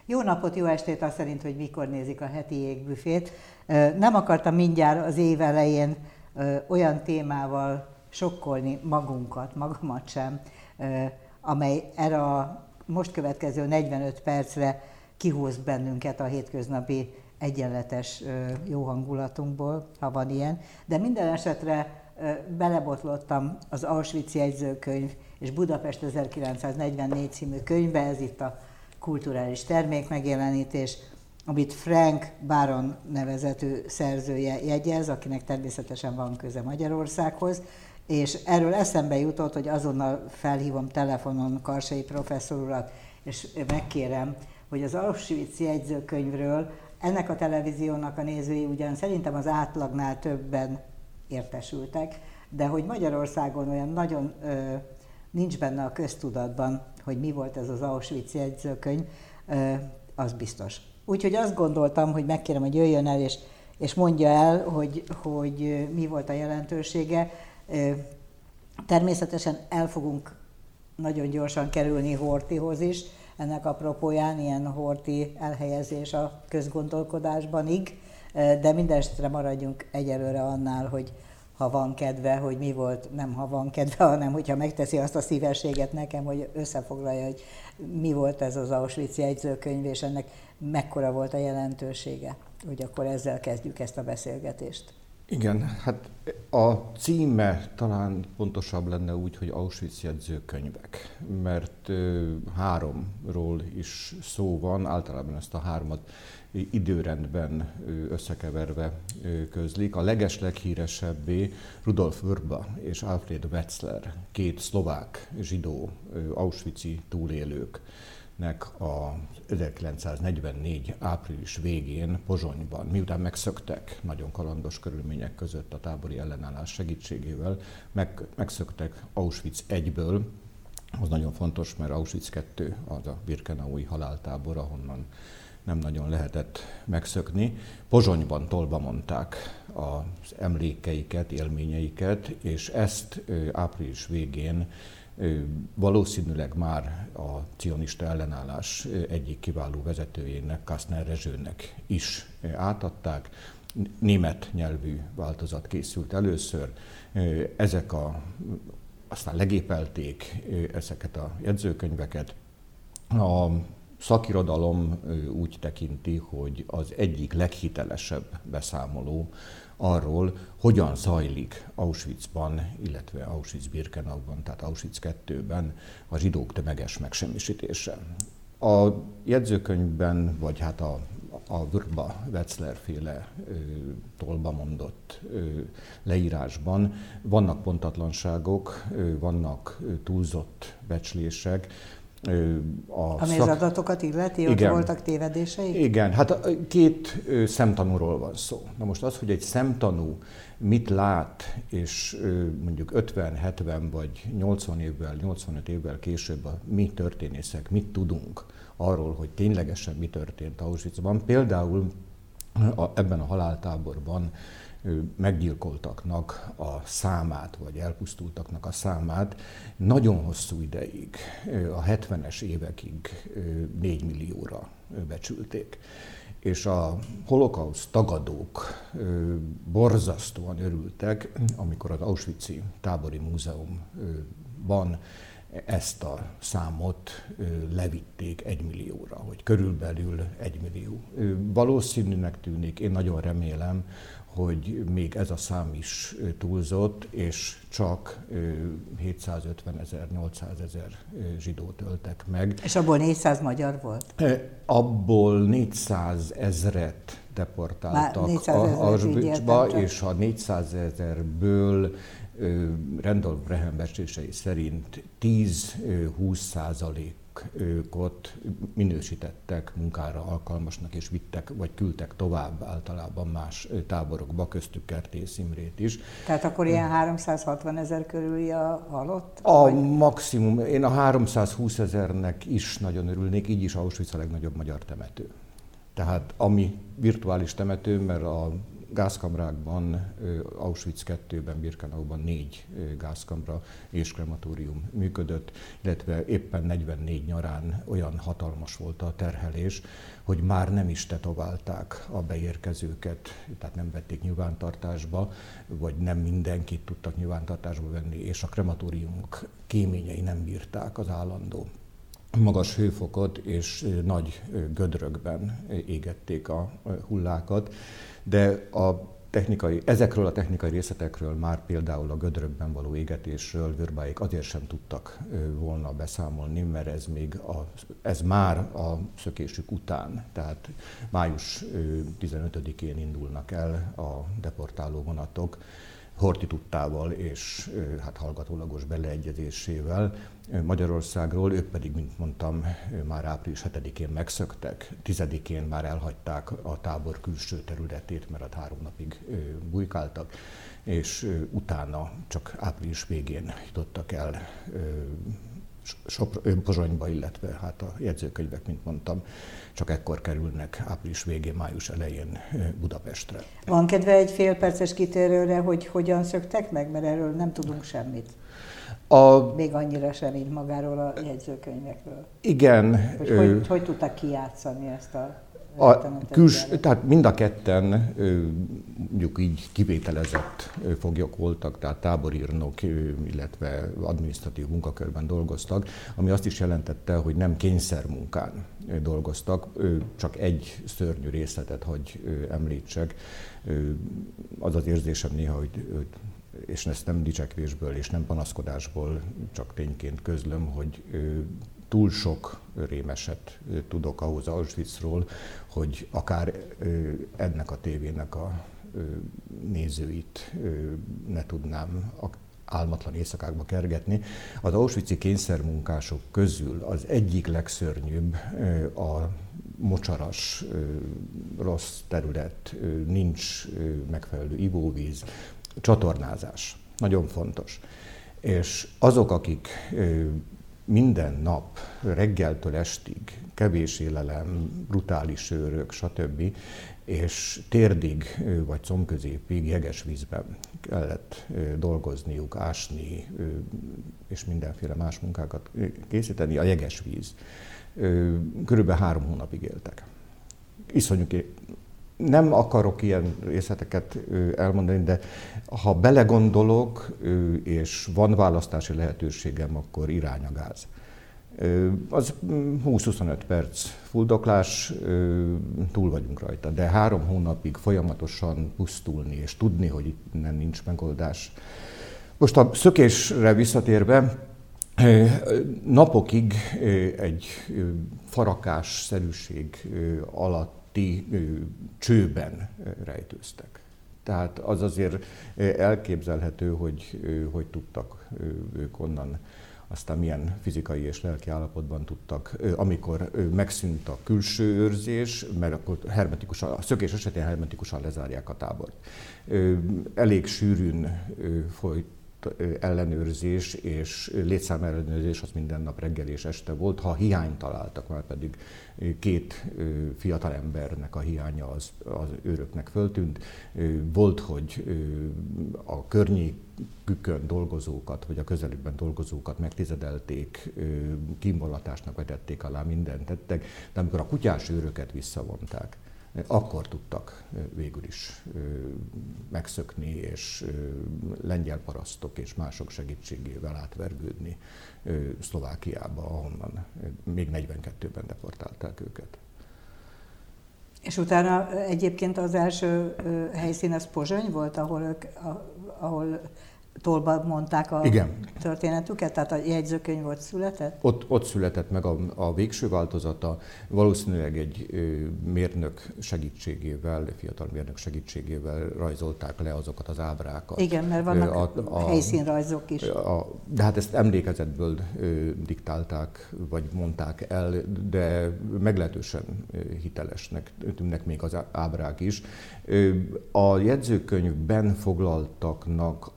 Jó napot, jó estét, azt szerint, hogy mikor nézik a heti jégbüfét. Nem akartam mindjárt az év elején olyan témával sokkolni magamat sem, amely erre a most következő 45 percre kihúz bennünket a hétköznapi egyenletes jó hangulatunkból, ha van ilyen. De minden esetre belebotlottam az Auschwitz jegyzőkönyv és Budapest 1944 című könyvbe, ez itt a kulturális termékmegjelenítés, amit Frank Baron nevezetű szerzője jegyez, akinek természetesen van köze Magyarországhoz, és erről eszembe jutott, hogy azonnal felhívom telefonon Karsai professzor urat, és megkérem, hogy az Auschwitz jegyzőkönyvről ennek a televíziónak a nézői ugyan szerintem az átlagnál többen értesültek, de hogy Magyarországon olyan nagyon nincs benne a köztudatban, hogy mi volt ez az Auschwitz jegyzőkönyv, az biztos. Úgyhogy azt gondoltam, hogy megkérem, hogy jöjjön el, és mondja el, hogy mi volt a jelentősége. Természetesen el fogunk nagyon gyorsan kerülni Horthyhoz is, ennek apropóján ilyen Horthy elhelyezés a közgondolkodásbanig, de mindenesetre maradjunk egyelőre annál, hogy ha van kedve, hogy mi volt, nem ha van kedve, hanem hogyha megteszi azt a szívességet nekem, hogy összefoglalja, hogy mi volt ez az Auschwitz jegyzőkönyv, és ennek mekkora volt a jelentősége. Hogy akkor ezzel kezdjük ezt a beszélgetést. Igen, hát a címe talán pontosabb lenne úgy, hogy Auschwitz jegyzőkönyvek, mert háromról is szó van, általában ezt a hármat időrendben összekeverve közlik. A leghíresebbé Rudolf Vrba és Alfred Wetzler, két szlovák zsidó auschwitzi túlélőknek a 1944. április végén Pozsonyban, miután megszöktek nagyon kalandos körülmények között a tábori ellenállás segítségével, megszöktek Auschwitz 1-ből. Az nagyon fontos, mert Auschwitz 2 az a birkenaui haláltábor, ahonnan nem nagyon lehetett megszökni. Pozsonyban tolba mondták az emlékeiket, élményeiket, és ezt április végén valószínűleg már a cionista ellenállás egyik kiváló vezetőjének, Kastner Rezsőnek is átadták. Német nyelvű változat készült először. Aztán legépelték ezeket a jegyzőkönyveket. A szakirodalom úgy tekinti, hogy az egyik leghitelesebb beszámoló arról, hogyan zajlik Auschwitzban, illetve Auschwitz-Birkenauban, tehát Auschwitz 2-ben a zsidók tömeges megsemmisítése. A jegyzőkönyvben, vagy hát a Vrba-Wetzler féle tolba mondott leírásban vannak pontatlanságok, vannak túlzott becslések. Ami az adatokat illeti, ott voltak tévedései? Igen, hát két szemtanúról van szó. Na most az, hogy egy szemtanú mit lát, és mondjuk 50, 70 vagy 80 évvel, 85 évvel később a mi történészek mit tudunk arról, hogy ténylegesen mi történt Auschwitzban. Például ebben a haláltáborban meggyilkoltaknak a számát, vagy elpusztultaknak a számát nagyon hosszú ideig, a 70-es évekig 4 millióra becsülték. És a holokauszt tagadók borzasztóan örültek, amikor az Auschwitz-i tábori múzeumban ezt a számot levitték 1 millióra, hogy körülbelül 1 millió. Valószínűnek tűnik, én nagyon remélem, hogy még ez a szám is túlzott, és csak 750 000, 800 000 zsidót öltek meg. És abból 400 magyar volt? Abból 400 000-et deportáltak Auschwitzba, és a 400 000-ből Randolph Brehm becslései szerint 10-20%-ot minősítettek munkára alkalmasnak, és vittek, vagy küldtek tovább általában más táborokba, köztük Kertész Imrét is. Tehát akkor ilyen 360 000 körüli a halott? A maximum, én a 320 000-nek is nagyon örülnék, így is Auschwitz a legnagyobb magyar temető. Tehát ami virtuális temető, mert a gázkamrákban, Auschwitz II-ben, Birkenauban 4 gázkamra és krematórium működött, illetve éppen 44 nyarán olyan hatalmas volt a terhelés, hogy már nem is tetoválták a beérkezőket, tehát nem vették nyilvántartásba, vagy nem mindenkit tudtak nyilvántartásba venni, és a krematóriumok kéményei nem bírták az állandó magas hőfokot, és nagy gödrökben égették a hullákat, de ezekről a technikai részletekről már például a gödrökben való égetésről Würbáék azért sem tudtak volna beszámolni, mert ez már a szökésük után, tehát május 15-én indulnak el a deportáló vonatok, Horthy tudtával és hát hallgatólagos beleegyezésével Magyarországról, ők pedig, mint mondtam, már április 7-én megszöktek, 10-én már elhagyták a tábor külső területét, mert 3 napig bujkáltak, és utána csak április végén jutottak el Pozsonyba, illetve hát a jegyzőkönyvek, mint mondtam, csak ekkor kerülnek április végén, május elején Budapestre. Van kedve egy félperces kitérőre, hogy hogyan szöktek meg, mert erről nem tudunk semmit. Még annyira sem, mint magáról a jegyzőkönyvekről. Igen. Hogy tudták kijátszani ezt a tehát mind a ketten mondjuk így kivételezett foglyok voltak, tehát táborírnok, illetve adminisztratív munkakörben dolgoztak, ami azt is jelentette, hogy nem kényszermunkán dolgoztak, csak egy szörnyű részletet, hogy említsek. Az az érzésem néha, hogy és ezt nem dicsekvésből és nem panaszkodásból, csak tényként közlöm, hogy túl sok rémeset tudok ahhoz Auschwitzról, hogy akár ennek a tévének a nézőit ne tudnám álmatlan éjszakákba kergetni. Az auschwitzi kényszermunkások közül az egyik legszörnyűbb a mocsaras, rossz terület, nincs megfelelő ivóvíz, csatornázás. Nagyon fontos. És azok, akik minden nap, reggeltől estig, kevés élelem, brutális őrök, stb. És térdig vagy combközépig jeges vízben kellett dolgozniuk, ásni és mindenféle más munkákat készíteni. A jeges víz. Körülbelül 3 hónapig éltek. Iszonyú. Nem akarok ilyen részleteket elmondani, de ha belegondolok, és van választási lehetőségem, akkor irány a gáz. Az 20-25 perc fuldoklás, túl vagyunk rajta, de 3 hónapig folyamatosan pusztulni, és tudni, hogy itt nincs megoldás. Most a szökésre visszatérve, napokig egy farakásszerűség alatt csőben rejtőztek. Tehát az azért elképzelhető, hogy tudtak ők onnan, aztán milyen fizikai és lelki állapotban tudtak, amikor megszűnt a külső őrzés, mert akkor a szökés esetén hermetikusan lezárják a tábort. Elég sűrűn folyt ellenőrzés és létszám ellenőrzés az minden nap reggel és este volt. Ha hiányt találtak, már pedig 2 fiatal embernek a hiánya az őröknek föltűnt. Volt, hogy a környékükön dolgozókat, vagy a közelükben dolgozókat megtizedelték, kínvallatásnak vetették alá, mindent tettek, de amikor a kutyás őröket visszavonták, akkor tudtak végül is megszökni, és lengyel parasztok és mások segítségével átvergődni Szlovákiába, ahonnan még 42-ben deportálták őket. És utána egyébként az első helyszín az Pozsony volt, ahol tollba mondták a történetüket, tehát a jegyzőkönyv volt született? Ott született meg a végső változata, valószínűleg egy mérnök segítségével, fiatal mérnök segítségével rajzolták le azokat az ábrákat. Igen, mert vannak helyszínrajzok is. De hát ezt emlékezetből diktálták, vagy mondták el, de meglehetősen hitelesnek tűnnek még az ábrák is. A jegyzőkönyvben foglaltaknak a valós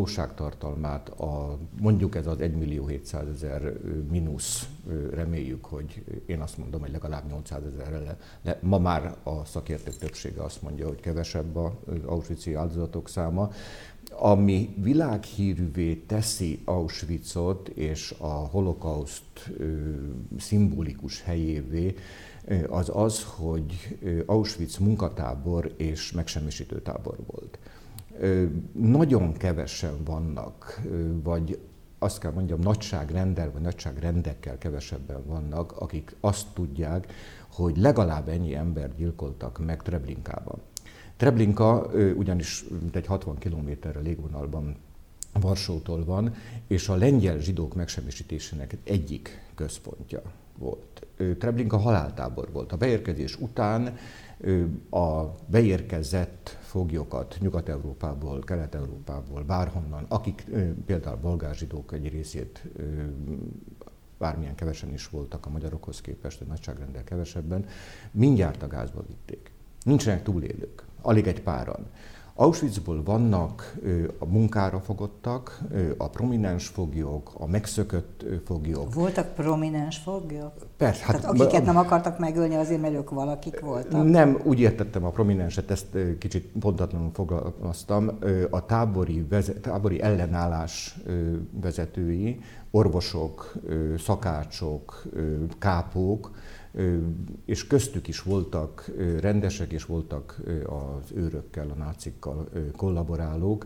valóságtartalmát, mondjuk ez az 1.700.000 mínusz, reméljük, hogy én azt mondom, hogy legalább 800.000-re, de ma már a szakértők többsége azt mondja, hogy kevesebb az auschwitz-i áldozatok száma, ami világhírűvé teszi Auschwitzot és a holokauszt szimbolikus helyévé, az az, hogy Auschwitz munkatábor és megsemmisítő tábor volt. Nagyon kevesen vannak, vagy azt kell mondjam, nagyságrenddel vagy nagyságrendekkel kevesebben vannak, akik azt tudják, hogy legalább ennyi embert gyilkoltak meg Treblinkában. Treblinka ugyanis egy 60 kilométerre légvonalban Varsótól van, és a lengyel zsidók megsemmisítésének egyik központja volt. Treblinka haláltábor volt. A beérkezés után a beérkezett foglyokat Nyugat-Európából, Kelet-Európából, bárhonnan, akik például bolgár zsidók egy részét bármilyen kevesen is voltak a magyarokhoz képest, a nagyságrendel kevesebben, mindjárt a gázba vitték. Nincsenek túlélők, alig egy páran. Auschwitzból vannak a munkára fogottak, a prominens foglyok, a megszökött foglyok. Voltak prominens foglyok? Persze. Tehát akiket nem akartak megölni azért, mert ők valakik voltak? Nem, úgy értettem a prominenset, ezt kicsit pontatlanul fogalmaztam. A tábori ellenállás vezetői, orvosok, szakácsok, kápók, és köztük is voltak rendesek, és voltak az őrökkel, a nácikkal kollaborálók.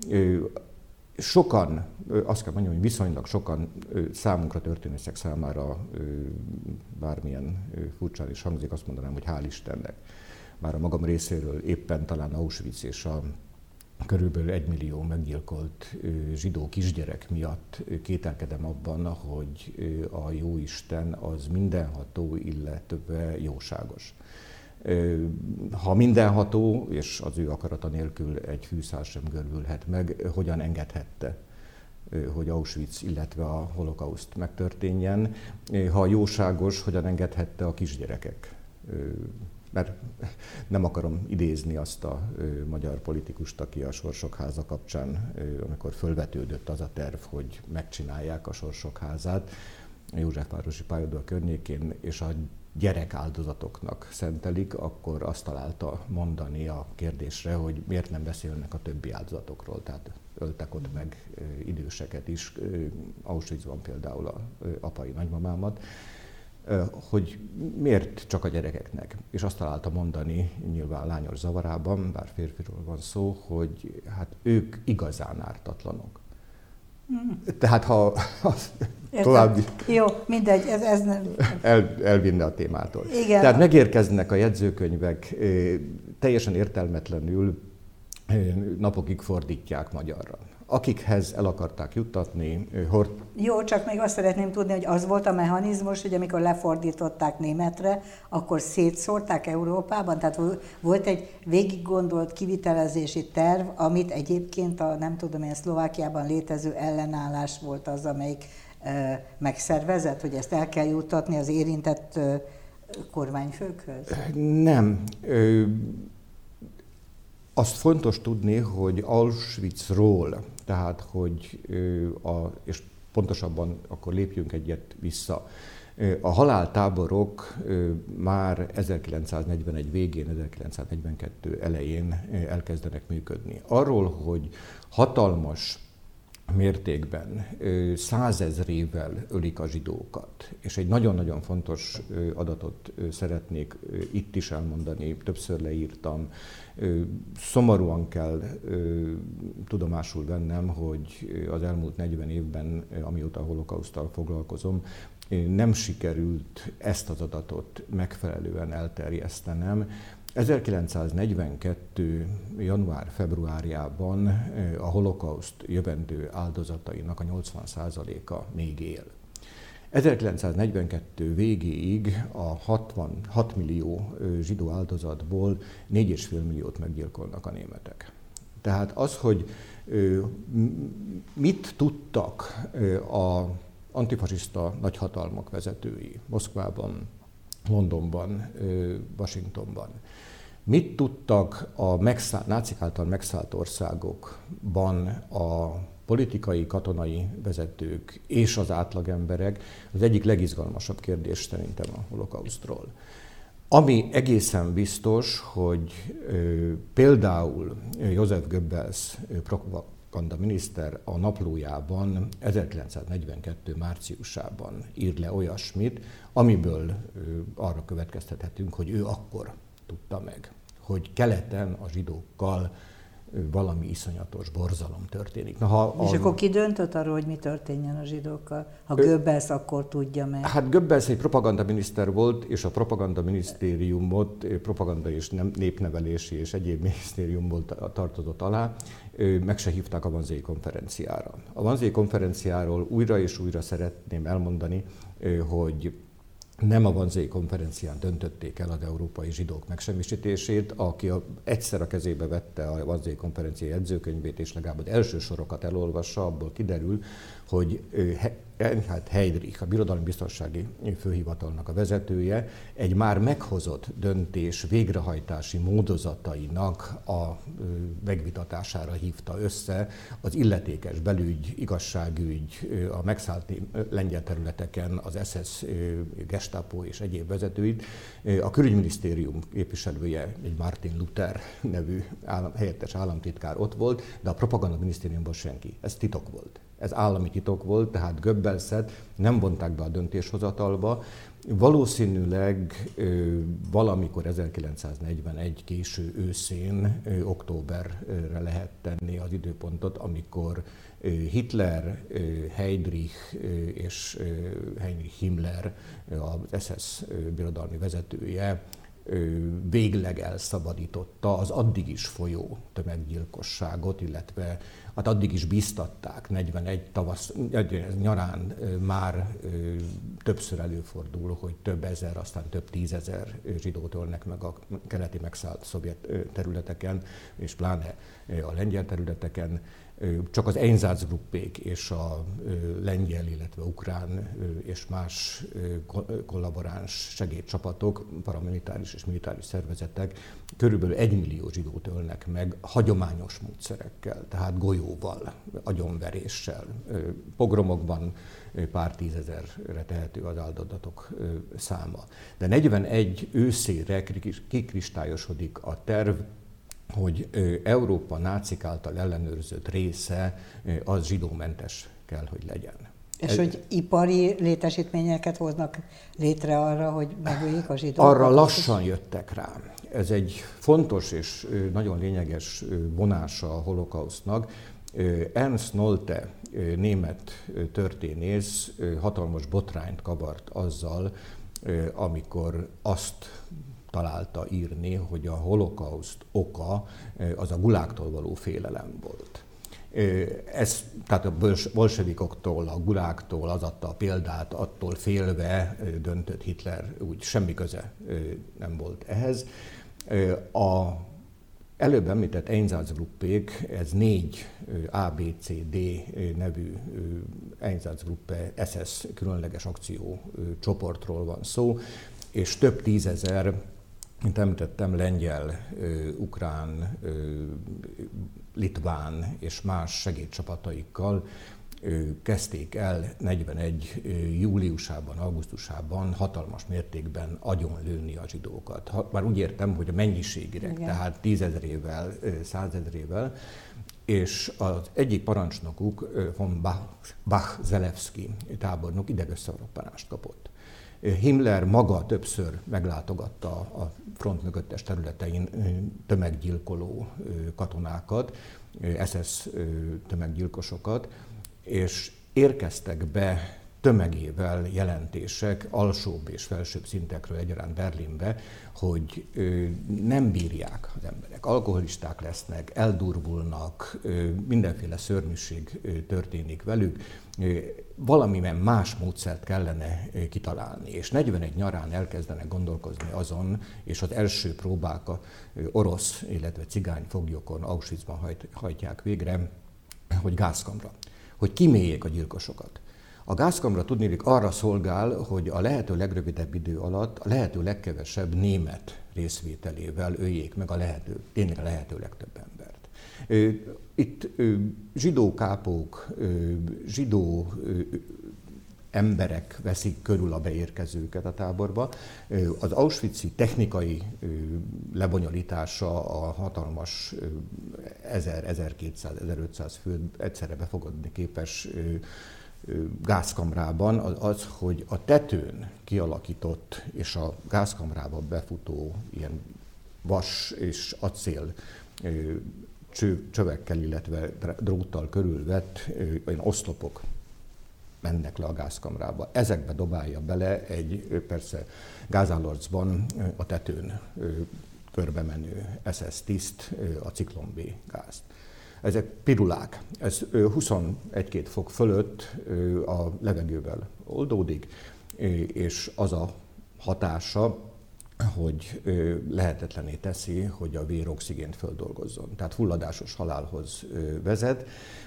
Sokan, azt kell mondjam, hogy viszonylag sokan számunkra, történészek számára bármilyen furcsán is hangzik, azt mondanám, hogy hál' Istennek. Már a magam részéről éppen talán Auschwitz és a körülbelül 1 millió meggyilkolt zsidó kisgyerek miatt kételkedem abban, hogy a Jóisten az mindenható, illetve jóságos. Ha mindenható, és az ő akarata nélkül egy fűszál sem görbülhet meg, hogyan engedhette, hogy Auschwitz, illetve a holokauszt megtörténjen? Ha jóságos, hogyan engedhette a kisgyerekek? Mert nem akarom idézni azt a magyar politikust, aki a Sorsok háza kapcsán, amikor fölvetődött az a terv, hogy megcsinálják a Sorsok házát a Józsefvárosi pályaudvar környékén, és a gyerek áldozatoknak szentelik, akkor azt találta mondani a kérdésre, hogy miért nem beszélnek a többi áldozatokról, tehát öltek ott meg időseket is, Auschwitzban például az apai nagymamámat, hogy miért csak a gyerekeknek. És azt találta mondani, nyilván lányos zavarában, bár férfiról van szó, hogy hát ők igazán ártatlanok. Tehát ha további... Jó, mindegy, ez nem... Elvinne a témától. Igen. Tehát megérkeznek a jegyzőkönyvek, teljesen értelmetlenül napokig fordítják magyarra. Akikhez el akarták juttatni, Jó, csak még azt szeretném tudni, hogy az volt a mechanizmus, hogy amikor lefordították németre, akkor szétszórták Európában? Tehát volt egy végiggondolt kivitelezési terv, amit egyébként a nem tudom én Szlovákiában létező ellenállás volt az, amelyik megszervezett, hogy ezt el kell juttatni az érintett kormányfőkhöz? Nem. Azt fontos tudni, hogy Auschwitzról, tehát hogy és pontosabban akkor lépjünk egyet vissza. A haláltáborok már 1941 végén, 1942 elején elkezdenek működni. Arról, hogy hatalmas mértékben 100 000-ével ölik a zsidókat, és egy nagyon-nagyon fontos adatot szeretnék itt is elmondani, többször leírtam. Szomorúan kell tudomásul vennem, hogy az elmúlt 40 évben, amióta a holokauszttal foglalkozom, nem sikerült ezt az adatot megfelelően elterjesztenem. 1942. január-februárjában a holokauszt jövendő áldozatainak a 80%-a még él. 1942 végéig a 6 millió zsidó áldozatból 4,5 milliót meggyilkolnak a németek. Tehát az, hogy mit tudtak az antifasiszta nagyhatalmak vezetői Moszkvában, Londonban, Washingtonban, Mit tudtak a nácik által megszállt országokban a politikai, katonai vezetők és az átlagemberek, az egyik legizgalmasabb kérdés szerintem a holokausztról. Ami egészen biztos, hogy például Joseph Goebbels propagandaminiszter a naplójában 1942. márciusában ír le olyasmit, amiből arra következtethetünk, hogy ő akkor tudta meg, hogy keleten a zsidókkal valami iszonyatos borzalom történik. És akkor ki döntött arról, hogy mi történjen a zsidókkal? Ha Goebbels akkor tudja meg. Hát Goebbels egy propagandaminiszter volt, és a propagandaminisztériumot, propaganda és népnevelési és egyéb minisztériumból tartozott alá, meg se hívták a Wannsee konferenciára. A Wannsee konferenciáról újra és újra szeretném elmondani, hogy nem a Wannsee konferencián döntötték el az európai zsidók megsemmisítését, aki egyszer a kezébe vette a Wannsee konferencia jegyzőkönyvét, és legalább az első sorokat elolvassa, abból kiderül, hogy Reinhard Heydrich, a Birodalmi Biztonsági Főhivatalnak a vezetője, egy már meghozott döntés végrehajtási módozatainak a megvitatására hívta össze az illetékes belügy, igazságügy, a megszállt lengyel területeken az SS, Gestapo és egyéb vezetőit. A külügyminisztérium képviselője, egy Martin Luther nevű helyettes államtitkár ott volt, de a propagandaminisztériumban senki. Ez titok volt. Ez állami titok volt, tehát Goebbelset nem vonták be a döntéshozatalba. Valószínűleg valamikor 1941 késő őszén, októberre lehet tenni az időpontot, amikor Hitler, Heydrich és Heinrich Himmler, az SS birodalmi vezetője, végleg elszabadította az addig is folyó tömeggyilkosságot, illetve hát addig is bíztatták, 41 nyarán már többször előfordul, hogy több ezer, aztán több tízezer zsidót ölnek meg a keleti megszállt szovjet területeken, és pláne a lengyel területeken. Csak az Einsatzgruppék és a lengyel, illetve ukrán és más kollaboráns segédcsapatok, paramilitáris és militáris szervezetek körülbelül 1 millió zsidót ölnek meg hagyományos módszerekkel, tehát golyóval, agyonveréssel. Pogromokban pár tízezerre tehető az áldozatok száma. De 41 őszére kikristályosodik a terv, hogy Európa nácik által ellenőrzött része az zsidómentes kell, hogy legyen. És hogy ipari létesítményeket hoznak létre arra, hogy megöljék a zsidókat? Arra lassan jöttek rá. Ez egy fontos és nagyon lényeges vonása a holokausztnak. Ernst Nolte, német történész, hatalmas botrányt kavart azzal, amikor azt találta írni, hogy a holokauszt oka az a gulágtól való félelem volt. Ez, tehát a bolsevikoktól, a gulágtól az adta a példát, attól félve döntött Hitler, úgy semmi köze nem volt ehhez. A előbb említett Einsatzgruppék, ez 4 ABCD nevű Einsatzgruppe SS különleges akciócsoportról van szó, és több tízezer, mint említettem, lengyel, ukrán, litván és más segédcsapataikkal kezdték el 41. júliusában, augusztusában hatalmas mértékben agyonlőni a zsidókat. Már úgy értem, hogy a mennyiségileg, tehát 10 000-ével, 100 000-ével, és az egyik parancsnokuk, von Bach-Zelewski tábornok idegösszeroppanást kapott. Himmler maga többször meglátogatta a front mögöttes területein tömeggyilkoló katonákat, SS tömeggyilkosokat, és érkeztek be tömegével jelentések alsóbb és felsőbb szintekről egyaránt Berlinbe, hogy nem bírják az emberek, alkoholisták lesznek, eldurvulnak, mindenféle szörnyűség történik velük, valamilyen más módszert kellene kitalálni. És 41 nyarán elkezdenek gondolkozni azon, és az első próbák a orosz, illetve cigány foglyokon Auschwitzban hajtják végre, hogy gázkamra, hogy kiméljék a gyilkosokat. A gázkamra tudniillik arra szolgál, hogy a lehető legrövidebb idő alatt a lehető legkevesebb német részvételével öljék meg tényleg a lehető legtöbb embert. Itt zsidó kápók, zsidó emberek veszik körül a beérkezőket a táborba. Az auschwitzi technikai lebonyolítása a hatalmas 1000-1200-1500 fő egyszerre befogadni képes gázkamrában az, hogy a tetőn kialakított és a gázkamrába befutó ilyen vas és acél csövekkel, illetve dróttal körülvett olyan oszlopok mennek le a gázkamrába. Ezekbe dobálja bele egy persze gázállarcban a tetőn körbe menő SS tiszt a ciklon B gázt. Ezek pirulák. Ez 21-2 fok fölött a levegővel oldódik, és az a hatása, hogy lehetetlené teszi, hogy a vér oxigént földolgozzon. Tehát fulladásos halálhoz vezet.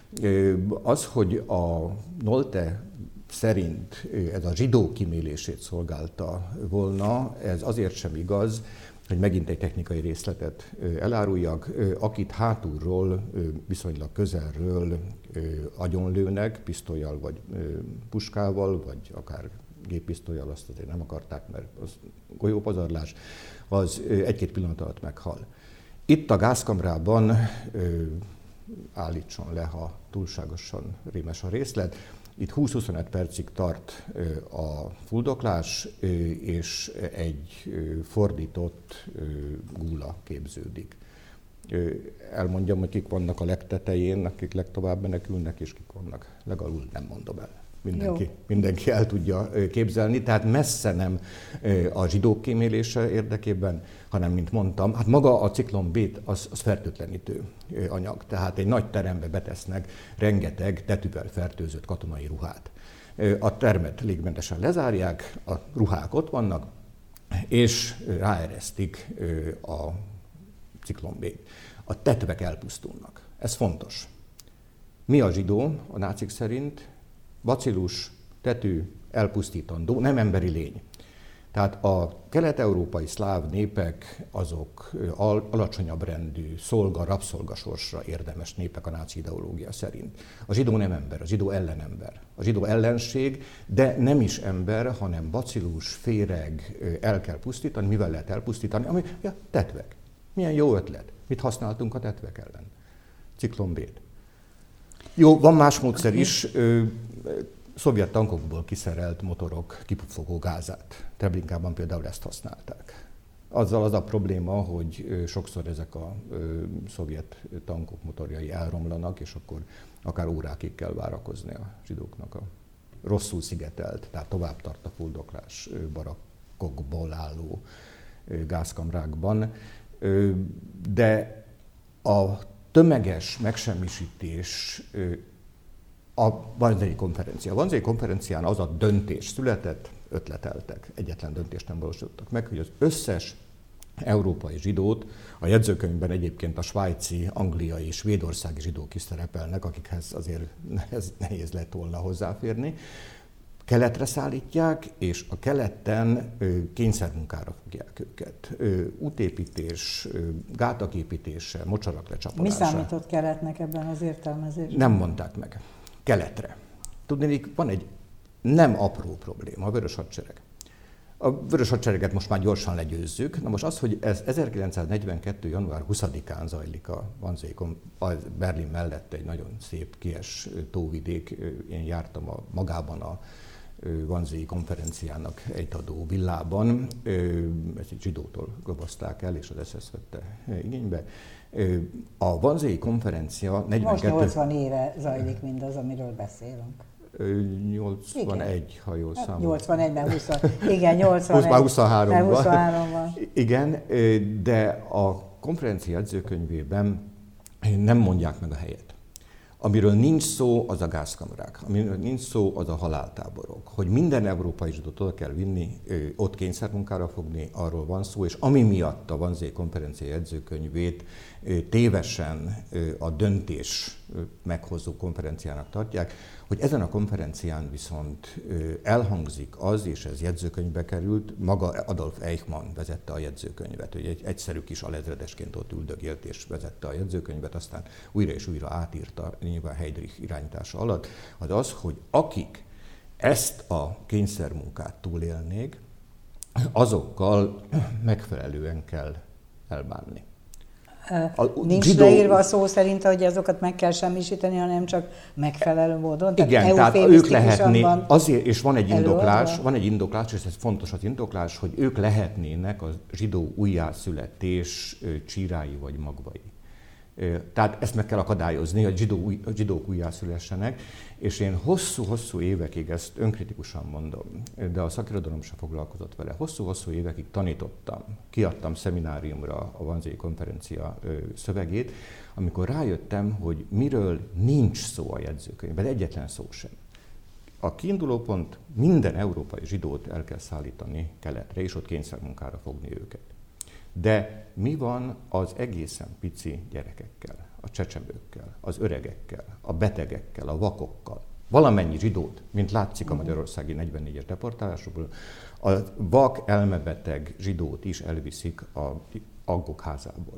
Az, hogy a Nolte szerint ez a zsidó kimélését szolgálta volna, ez azért sem igaz, hogy megint egy technikai részletet eláruljak, akit hátulról, viszonylag közelről agyonlőnek, pisztollyal vagy puskával, vagy akár géppisztollyal, azt azért nem akarták, mert az golyópazarlás, az 1-2 pillanat alatt meghal. Itt a gázkamrában állítson le, ha túlságosan rémes a részlet. Itt 20-25 percig tart a fuldoklás, és egy fordított gúla képződik. Elmondjam, hogy kik vannak a legtetején, akik legtovább menekülnek, és kik vannak legalul, nem mondom el. Mindenki el tudja képzelni, tehát messze nem a zsidók kímélése érdekében, hanem, mint mondtam, hát maga a ciklon B az fertőtlenítő anyag, tehát egy nagy terembe betesznek rengeteg tetűvel fertőzött katonai ruhát. A termet légmentesen lezárják, a ruhák ott vannak, és ráeresztik a ciklon B-t. A tetvek elpusztulnak. Ez fontos. Mi a zsidó a nácik szerint? Bacillus, tetű, elpusztítandó, nem emberi lény. Tehát a kelet-európai szláv népek azok alacsonyabb rendű, rabszolgasorsra érdemes népek a náci ideológia szerint. A zsidó nem ember, a zsidó ellenember. A zsidó ellenség, de nem is ember, hanem bacillus, féreg, el kell pusztítani. Mivel lehet elpusztítani? Tetvek. Milyen jó ötlet. Mit használtunk a tetvek ellen? Ciklon B-t. Jó, van más módszer is. Szovjet tankokból kiszerelt motorok kipufogó gázát. Treblinkában például ezt használták. Azzal az a probléma, hogy sokszor ezek a szovjet tankok motorjai elromlanak, és akkor akár órákig kell várakozni a zsidóknak a rosszul szigetelt, tehát tovább tart a fuldoklás barakkokból álló gázkamrákban. De a tömeges megsemmisítés a Wannsee konferencia. A Wannsee konferencián az a döntés született, ötleteltek, egyetlen döntést nem valósítottak meg, hogy az összes európai zsidót, a jegyzőkönyvben egyébként a svájci, angliai, svédországi zsidók is szerepelnek, akikhez azért nehéz lett volna hozzáférni, keletre szállítják, és a keleten kényszermunkára fogják őket. Útépítés, gátak építése, mocsarak lecsapolása. Mi számított keletnek ebben az értelmezésben? Nem mondták meg. Keletre. Tudnék, van egy nem apró probléma, a Vörös Hadsereg. A Vörös Hadsereget most már gyorsan legyőzzük. Na most az, hogy ez 1942. január 20-án zajlik a Berlin mellett egy nagyon szép kies tóvidék. Én jártam magában a Wannsee konferenciának egyadó villában. Ezt egy zsidótól gobozták el, és az SS vette igénybe. A Wannsee konferencia 42... Most 80 éve zajlik mindaz, amiről beszélünk. 81, igen. Ha jól számolom. 81-ben 20. Igen, 81. 23 van. Igen, de a konferencia jegyzőkönyvében nem mondják meg a helyet. Amiről nincs szó, az a gázkamerák, amiről nincs szó, az a haláltáborok. Hogy minden európai zsidót oda kell vinni, ott kényszermunkára fogni, arról van szó, és ami miatt a Wannsee konferencia jegyzőkönyvét tévesen a döntés meghozó konferenciának tartják, hogy ezen a konferencián viszont elhangzik az, és ez jegyzőkönyvbe került, maga Adolf Eichmann vezette a jegyzőkönyvet, hogy egy egyszerű kis alezredesként ott üldögélt és vezette a jegyzőkönyvet, aztán újra és újra átírta nyilván Heydrich irányítása alatt, az, hogy akik ezt a kényszermunkát túlélnék, azokkal megfelelően kell elbánni. Nincs leírva a szó szerint, hogy azokat meg kell semmisíteni, hanem csak megfelelő módon. Igen, tehát ők lehetnék, azért, és van egy indoklás, és ez fontos az indoklás, hogy ők lehetnének a zsidó újjászületés csírái vagy magvai. Tehát ezt meg kell akadályozni, hogy zsidók újjászülessenek, és én hosszú-hosszú évekig, ezt önkritikusan mondom, de a szakirodalom sem foglalkozott vele, hosszú-hosszú évekig tanítottam, kiadtam szemináriumra a Wannsee konferencia szövegét, amikor rájöttem, hogy miről nincs szó a jegyzőkönyvben, egyetlen szó sem. A kiinduló pont, minden európai zsidót el kell szállítani keletre, és ott kényszermunkára fogni őket. De mi van az egészen pici gyerekekkel, a csecsemőkkel, az öregekkel, a betegekkel, a vakokkal? Valamennyi zsidót, mint látszik a magyarországi 44-es deportálásokból, a vak, elmebeteg zsidót is elviszik a aggok házából.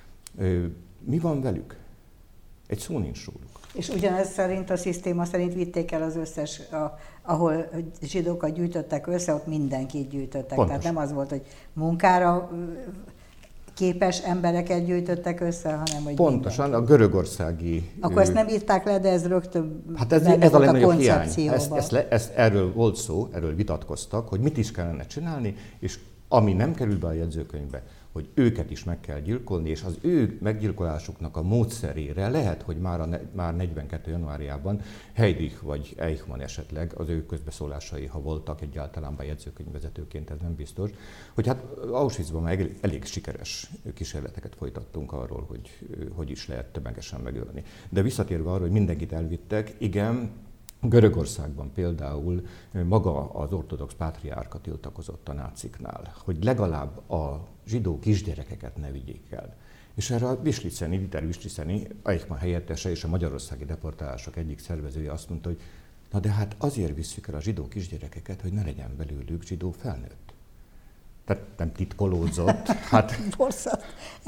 Mi van velük? Egy szó nincs róluk. És ugyanez szerint, a szisztéma szerint vitték el az összes, ahol zsidókat gyűjtöttek össze, ott mindenkit gyűjtöttek. Pontos. Tehát nem az volt, hogy munkára képes embereket gyűjtöttek össze, hanem hogy pontosan, mindenki. A görögországi... Akkor ezt nem írták le, de ez rögtön hát ez a legnagyobb hiány. Erről volt szó, erről vitatkoztak, hogy mit is kellene csinálni, és ami nem kerül be a jegyzőkönyvbe, hogy őket is meg kell gyilkolni, és az ő meggyilkolásuknak a módszerére lehet, hogy már 42. januárjában Heydrich vagy Eichmann esetleg, az ő közbeszólásai, ha voltak egyáltalán jegyzőkönyvvezetőként, ez nem biztos, hogy hát Auschwitzban elég sikeres kísérleteket folytattunk arról, hogy is lehet tömegesen megölni. De visszatérve arra, hogy mindenkit elvittek, igen, Görögországban például maga az ortodox pátriárka tiltakozott a náciknál, hogy legalább a zsidó kisgyerekeket ne vigyék el. És erre a Dieter Vischliceni, Eichmann helyettese és a magyarországi deportálások egyik szervezője azt mondta, hogy na de hát azért visszük el a zsidó kisgyerekeket, hogy ne legyen belőlük zsidó felnőtt. Tehát nem titkolódzott. Hát... Borzasztó.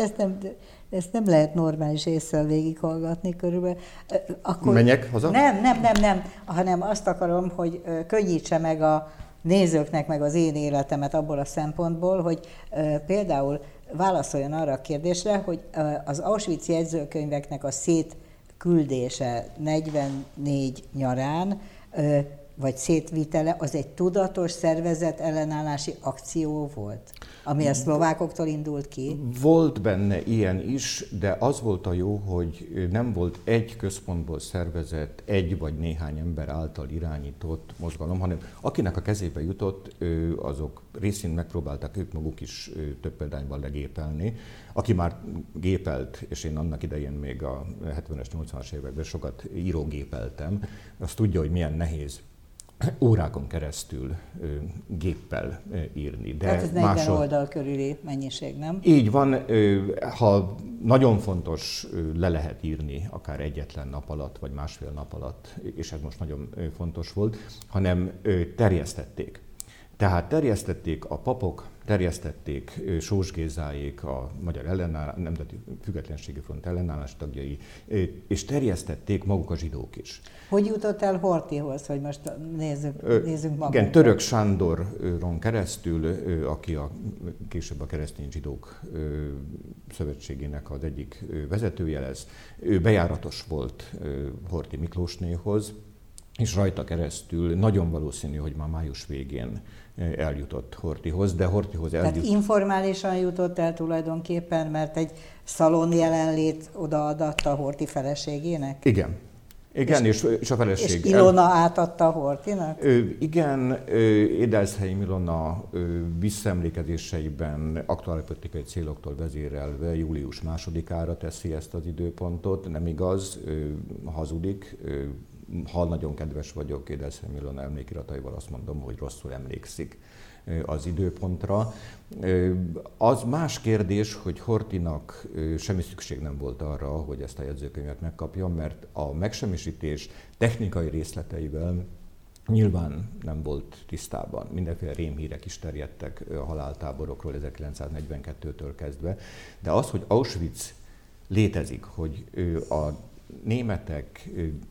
Ezt nem lehet normális ésszel végighallgatni körülbelül. Akkor... Menjek haza? Nem, hanem azt akarom, hogy könnyítse meg a nézőknek meg az én életemet abból a szempontból, hogy például válaszoljon arra a kérdésre, hogy az Auschwitz jegyzőkönyveknek a szétküldése 44 nyarán, vagy szétvitele, az egy tudatos szervezet ellenállási akció volt, ami a szlovákoktól indult ki? Volt benne ilyen is, de az volt a jó, hogy nem volt egy központból szervezett, egy vagy néhány ember által irányított mozgalom, hanem akinek a kezébe jutott, azok részint megpróbálták ők maguk is több példányban legépelni. Aki már gépelt, és én annak idején még a 70-es, 80-as években sokat írógépeltem, azt tudja, hogy milyen nehéz órákon keresztül géppel írni. De hát ez 40 oldal körüli mennyiség, nem? Így van, ha nagyon fontos, le lehet írni, akár egyetlen nap alatt, vagy másfél nap alatt, és ez most nagyon fontos volt, hanem terjesztették. Tehát terjesztették a papok, terjesztették Sós Gézáék, a Magyar Nemzeti Függetlenségi Front ellenállás tagjai, és terjesztették maguk a zsidók is. Hogy jutott el Horthyhoz, hogy most nézzünk magunkat? Igen, Török Sándorron keresztül, aki később a Keresztény Zsidók Szövetségének az egyik vezetője lesz, ő bejáratos volt Horthy Miklósnéhoz, és rajta keresztül nagyon valószínű, hogy már május végén eljutott Horthyhoz, de Horthyhoz eljutott. Tehát informálisan jutott el tulajdonképpen, mert egy szalon jelenlét odaadatta Horthy feleségének? Igen. Igen, és a feleség. És Ilona átadta Horthynak? Igen, Édelszhelyi Ilona visszaemlékezéseiben aktuálpolitikai céloktól vezérelve július 2-ára teszi ezt az időpontot. Nem igaz, hazudik. Ha nagyon kedves vagyok Édelszhelyi Ilona emlékirataival, azt mondom, hogy rosszul emlékszik az időpontra. Az más kérdés, hogy Horthynak semmi szükség nem volt arra, hogy ezt a jegyzőkönyvet megkapja, mert a megsemmisítés technikai részleteivel nyilván nem volt tisztában. Mindenféle rémhírek is terjedtek a haláltáborokról 1942-től kezdve, de az, hogy Auschwitz létezik, hogy a németek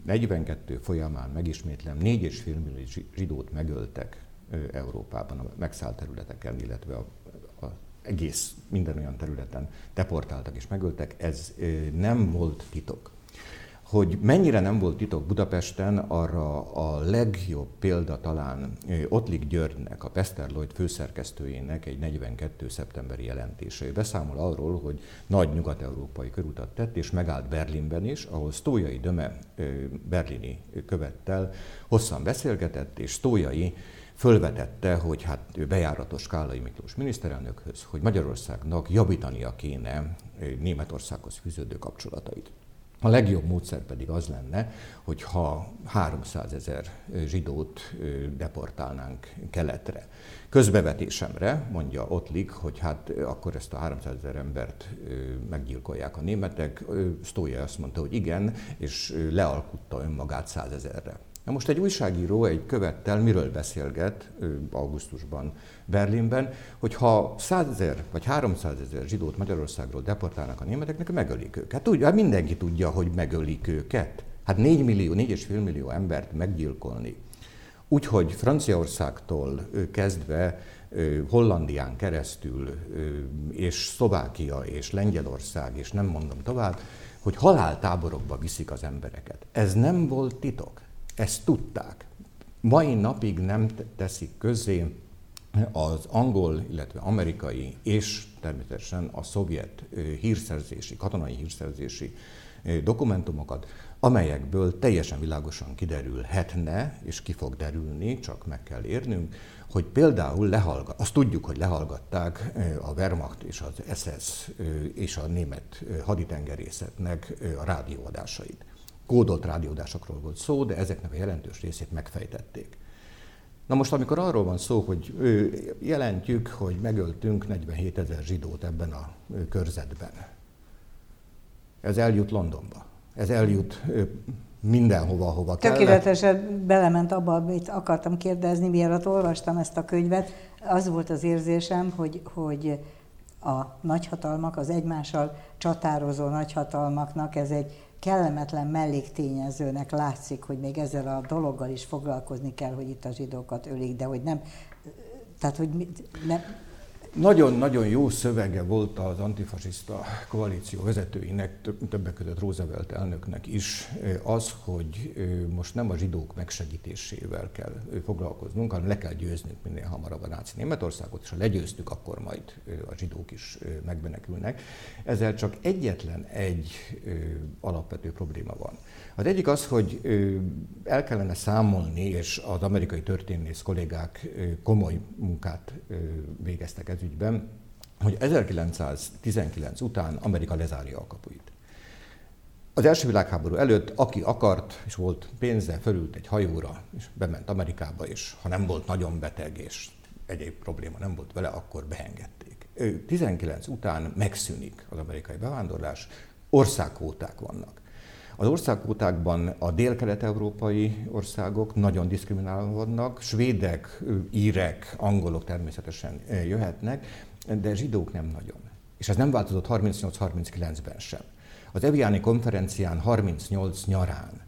42 folyamán, megismétlem, 4,5 millió zsidót megöltek Európában, a megszállt területeken, illetve az egész minden olyan területen deportáltak és megöltek, ez nem volt titok. Hogy mennyire nem volt titok Budapesten, arra a legjobb példa talán Ottlik Györgynek, a Pester Lloyd főszerkesztőjének egy 42. szeptemberi jelentése. Ő beszámol arról, hogy nagy nyugat-európai körutat tett, és megállt Berlinben is, ahol Sztójai Döme berlini követtel hosszan beszélgetett, és Sztójai fölvetette, hogy hát ő bejáratos Kállai Miklós miniszterelnökhöz, hogy Magyarországnak javítania kéne Németországhoz fűződő kapcsolatait. A legjobb módszer pedig az lenne, hogyha 300 000 zsidót deportálnánk keletre. Közbevetésemre mondja Ottlik, hogy hát akkor ezt a 300 000 embert meggyilkolják a németek. Sztójai azt mondta, hogy igen, és lealkutta önmagát 100 000-re. Na most egy újságíró egy követtel miről beszélget augusztusban Berlinben, hogy ha 100 000 vagy 300 000 zsidót Magyarországról deportálnak a németeknek, megölik őket. Hát mindenki tudja, hogy megölik őket. Hát 4,5 millió embert meggyilkolni. Úgyhogy Franciaországtól kezdve Hollandián keresztül, és Szlovákia, és Lengyelország, és nem mondom tovább, hogy haláltáborokba viszik az embereket. Ez nem volt titok. Ezt tudták. Mai napig nem teszik közzé az angol, illetve amerikai és természetesen a szovjet hírszerzési, katonai hírszerzési dokumentumokat, amelyekből teljesen világosan kiderülhetne, és ki fog derülni, csak meg kell érnünk, hogy például azt tudjuk, hogy lehallgatták a Wehrmacht és az SS és a német haditengerészetnek a rádióadásait. Kódolt rádióadásokról volt szó, de ezeknek a jelentős részét megfejtették. Na most, amikor arról van szó, hogy jelentjük, hogy megöltünk 47 000 zsidót ebben a körzetben, ez eljut Londonba, ez eljut mindenhova, ahova kellett. Tökéletesen belement abba, amit akartam kérdezni, mielőtt olvastam ezt a könyvet. Az volt az érzésem, hogy a nagyhatalmak, az egymással csatározó nagyhatalmaknak ez egy kellemetlen melléktényezőnek látszik, hogy még ezzel a dologgal is foglalkozni kell, hogy itt a zsidókat ölik, de hogy nem, tehát hogy nem. Nagyon-nagyon jó szövege volt az antifasiszta koalíció vezetőinek, többek között Roosevelt elnöknek is, az, hogy most nem a zsidók megsegítésével kell foglalkoznunk, hanem le kell győznünk minél hamarabb a náci Németországot, és ha legyőztük, akkor majd a zsidók is megmenekülnek. Ezzel csak egyetlen egy alapvető probléma van. Az egyik az, hogy el kellene számolni, és az amerikai történész kollégák komoly munkát végeztek ez ügyben, hogy 1919 után Amerika lezárja a kapuit. Az első világháború előtt, aki akart, és volt pénze, fölült egy hajóra, és bement Amerikába, és ha nem volt nagyon beteg, és egyéb probléma nem volt vele, akkor beengedték. 19 után megszűnik az amerikai bevándorlás, országkvóták vannak. Az országkvótákban a dél-kelet-európai országok nagyon diszkriminálódnak, svédek, írek, angolok természetesen jöhetnek, de zsidók nem nagyon. És ez nem változott 38-39-ben sem. Az Eviani konferencián 38 nyarán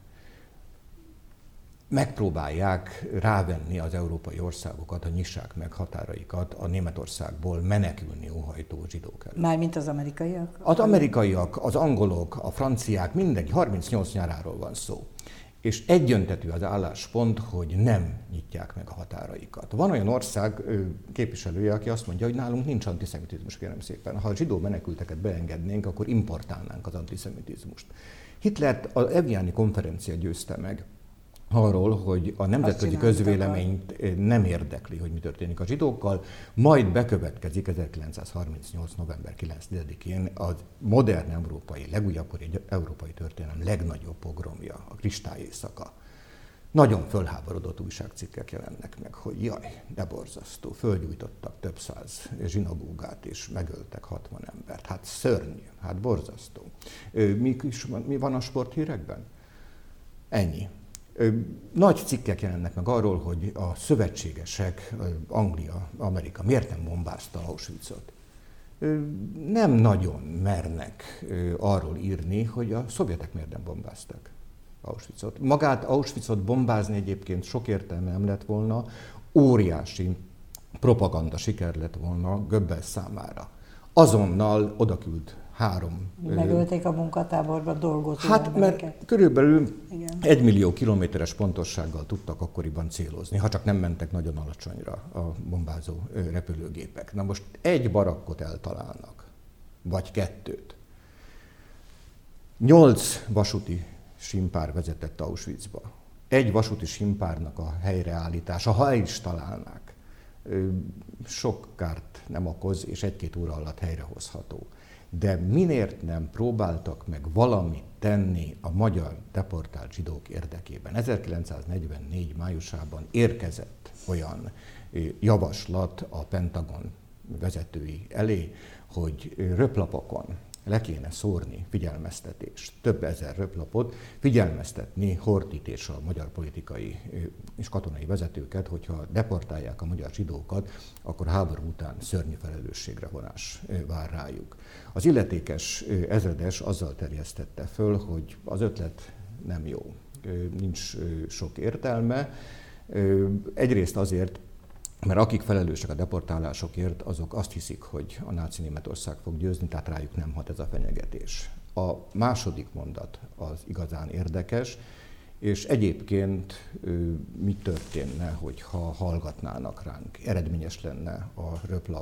megpróbálják rávenni az európai országokat, hogy nyissák meg határaikat a Németországból menekülni óhajtó zsidók ellen. Mármint az amerikaiak? Az amerikaiak, az angolok, a franciák, mindenki, 38 nyaráról van szó. és egyöntetű az álláspont, hogy nem nyitják meg a határaikat. Van olyan ország képviselője, aki azt mondja, hogy nálunk nincs antiszemitizmus, kérem szépen. Ha a zsidó menekülteket beengednénk, akkor importálnánk az antiszemitizmust. Hitlert az Eviani konferencia győzte meg arról, hogy a nemzetközi közvéleményt nem érdekli, hogy mi történik a zsidókkal, majd bekövetkezik 1938. november 9-én az modern európai, legújabb európai történelem legnagyobb pogromja, a kristályéjszaka. Nagyon fölháborodott újságcikkek jelennek meg, hogy jaj, de borzasztó, fölgyújtottak több száz zsinagógát és megöltek 60 embert. Hát szörnyű, hát borzasztó. Mi van a sporthírekben? Ennyi. Nagy cikkek jelennek meg arról, hogy a szövetségesek, Anglia, Amerika miért nem bombázta Auschwitzot. Nem nagyon mernek arról írni, hogy a szovjetek miért nem bombáztak Auschwitzot. Magát Auschwitzot bombázni egyébként sok értelme nem lett volna, óriási propaganda siker lett volna Goebbels számára. Azonnal odaküld 3. Megölték a munkatáborban dolgozó embereket. Mert körülbelül 1 millió kilométeres pontossággal tudtak akkoriban célozni, ha csak nem mentek nagyon alacsonyra a bombázó repülőgépek. Na most egy barakkot eltalálnak, vagy 2. 8 vasúti simpár vezetett Auschwitzba. Egy vasúti simpárnak a helyreállítása, ha el is találnák, sok kárt nem okoz, és 1-2 óra alatt helyrehozható. De miért nem próbáltak meg valamit tenni a magyar deportált zsidók érdekében? 1944. májusában érkezett olyan javaslat a Pentagon vezetői elé, hogy röplapokon le kéne szórni figyelmeztetést, több ezer röplapot, figyelmeztetni Horthyt és a magyar politikai és katonai vezetőket, hogyha deportálják a magyar zsidókat, akkor háború után szörnyű felelősségre vonás vár rájuk. Az illetékes ezredes azzal terjesztette föl, hogy az ötlet nem jó, nincs sok értelme. Egyrészt azért, mert akik felelősek a deportálásokért, azok azt hiszik, hogy a náci Németország fog győzni, tehát rájuk nem hat ez a fenyegetés. A második mondat az igazán érdekes, és egyébként mi történne, hogyha hallgatnának ránk? Eredményes lenne a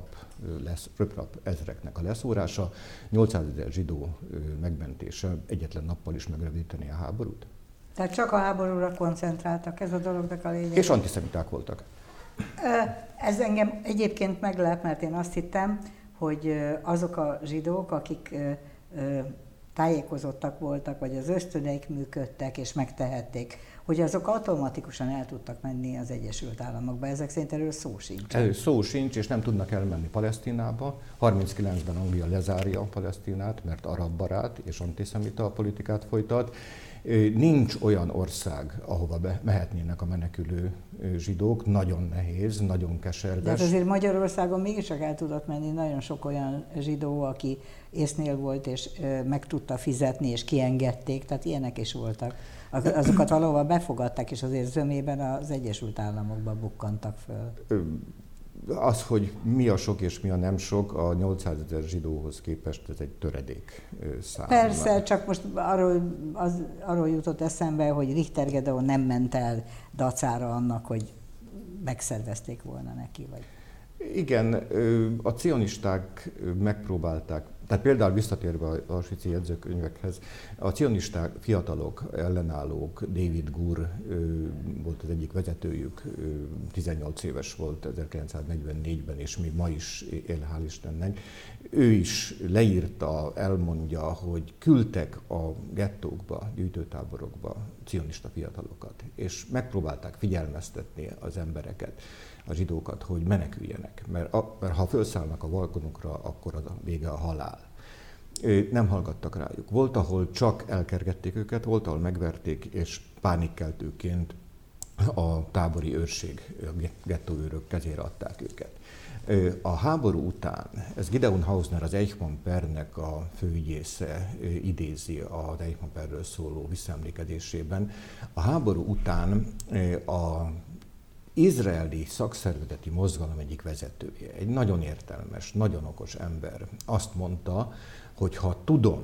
röplap ezreknek a leszórása, 800 000 zsidó megmentése egyetlen nappal is megrövidíteni a háborút? Tehát csak a háborúra koncentráltak, ez a dolognak a lényeg. És antiszemiták voltak. Ez engem egyébként meglep, mert én azt hittem, hogy azok a zsidók, akik tájékozottak voltak, vagy az ösztöneik működtek és megtehették, hogy azok automatikusan el tudtak menni az Egyesült Államokba. Ezek szerint erről szó sincs. Erről szó sincs, és nem tudnak elmenni Palesztinába. 39-ben Anglia lezárja Palesztinát, mert arab barát és antiszemita politikát folytat. Nincs olyan ország, ahova mehetnének a menekülő zsidók, nagyon nehéz, nagyon keserves. De hát azért Magyarországon mégiscsak el tudott menni nagyon sok olyan zsidó, aki észnél volt, és meg tudta fizetni, és kiengedték, tehát ilyenek is voltak. Azokat valahol befogadták, és azért zömében az Egyesült Államokban bukkantak föl. Az, hogy mi a sok és mi a nem sok, a 800 000 zsidóhoz képest ez egy töredék szám. Persze, csak most arról jutott eszembe, hogy Richter Gedeon nem ment el dacára annak, hogy megszervezték volna neki. Vagy. Igen, a cionisták megpróbálták, tehát például visszatérve a auschwitzi jegyzőkönyvekhez, a cionisták, fiatalok, ellenállók, David Gur volt az egyik vezetőjük, 18 éves volt 1944-ben, és még ma is él, hál' Istennek. Ő is leírta, elmondja, hogy küldtek a gettókba, gyűjtőtáborokba cionista fiatalokat, és megpróbálták figyelmeztetni az embereket, a zsidókat, hogy meneküljenek, mert ha felszállnak a vagonokra, akkor az a vége a halál. Nem hallgattak rájuk. Volt, ahol csak elkergették őket, volt, ahol megverték, és pánikkeltőként a tábori őrség, a gettóőrök kezére adták őket. A háború után, ez Gideon Hausner, az Eichmann pernek a főügyésze idézi az Eichmann perről szóló visszaemlékezésében, a háború után a izraeli szakszervezeti mozgalom egyik vezetője, egy nagyon értelmes, nagyon okos ember azt mondta, hogy ha tudom,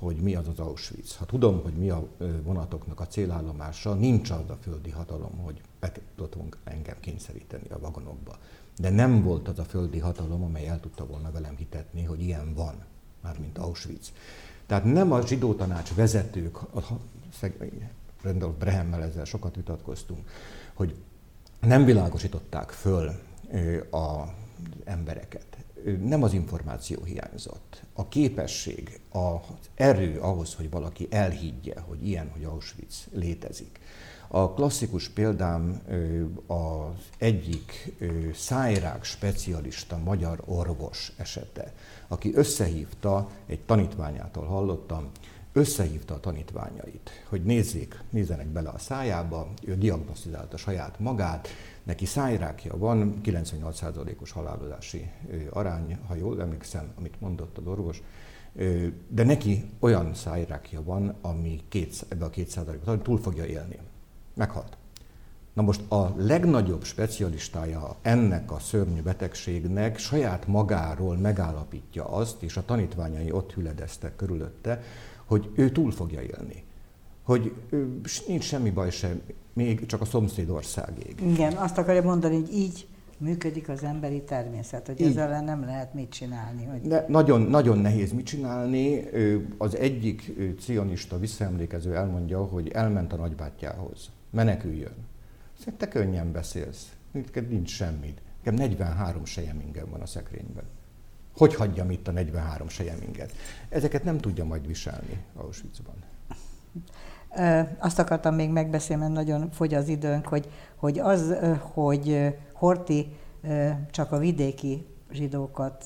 hogy mi az az Auschwitz, ha tudom, hogy mi a vonatoknak a célállomása, nincs az a földi hatalom, hogy be tudtunk engem kényszeríteni a vagonokba. De nem volt az a földi hatalom, amely el tudta volna velem hitetni, hogy ilyen van, mármint Auschwitz. Tehát nem a zsidó tanács vezetők, Randolph Brehemmel ezzel sokat vitatkoztunk, hogy nem világosították föl az embereket. Nem az információ hiányzott. A képesség, az erő ahhoz, hogy valaki elhiggye, hogy ilyen, hogy Auschwitz létezik. A klasszikus példám az egyik szájrák specialista magyar orvos esete, aki összehívta, egy tanítványától hallottam, összehívta a tanítványait, hogy nézzenek bele a szájába, ő diagnosztizálta saját magát, neki szájrákja van, 98%-os halálozási arány, ha jól emlékszem, amit mondott az orvos, de neki olyan szájrákja van, ami ebbe a 2%-ot túl fogja élni. Meghalt. Na most a legnagyobb specialistája ennek a szörnyű betegségnek saját magáról megállapítja azt, és a tanítványai ott hüledeztek körülötte, hogy ő túl fogja élni. Hogy nincs semmi baj sem, még csak a szomszédországig. Igen, azt akarja mondani, hogy így működik az emberi természet, hogy ezzel nem lehet mit csinálni. Hogy... Nagyon, nagyon nehéz mit csinálni. Az egyik cionista visszaemlékező elmondja, hogy elment a nagybátyjához. Meneküljön. Szóval te könnyen beszélsz, nincs semmit. Nekem 43 selyemingem van a szekrényben. Hogy hagyjam itt a 43 selyemminget? Ezeket nem tudja majd viselni Auschwitzban. Azt akartam még megbeszélni, mert nagyon fogy az időnk, hogy Horthy csak a vidéki zsidókat,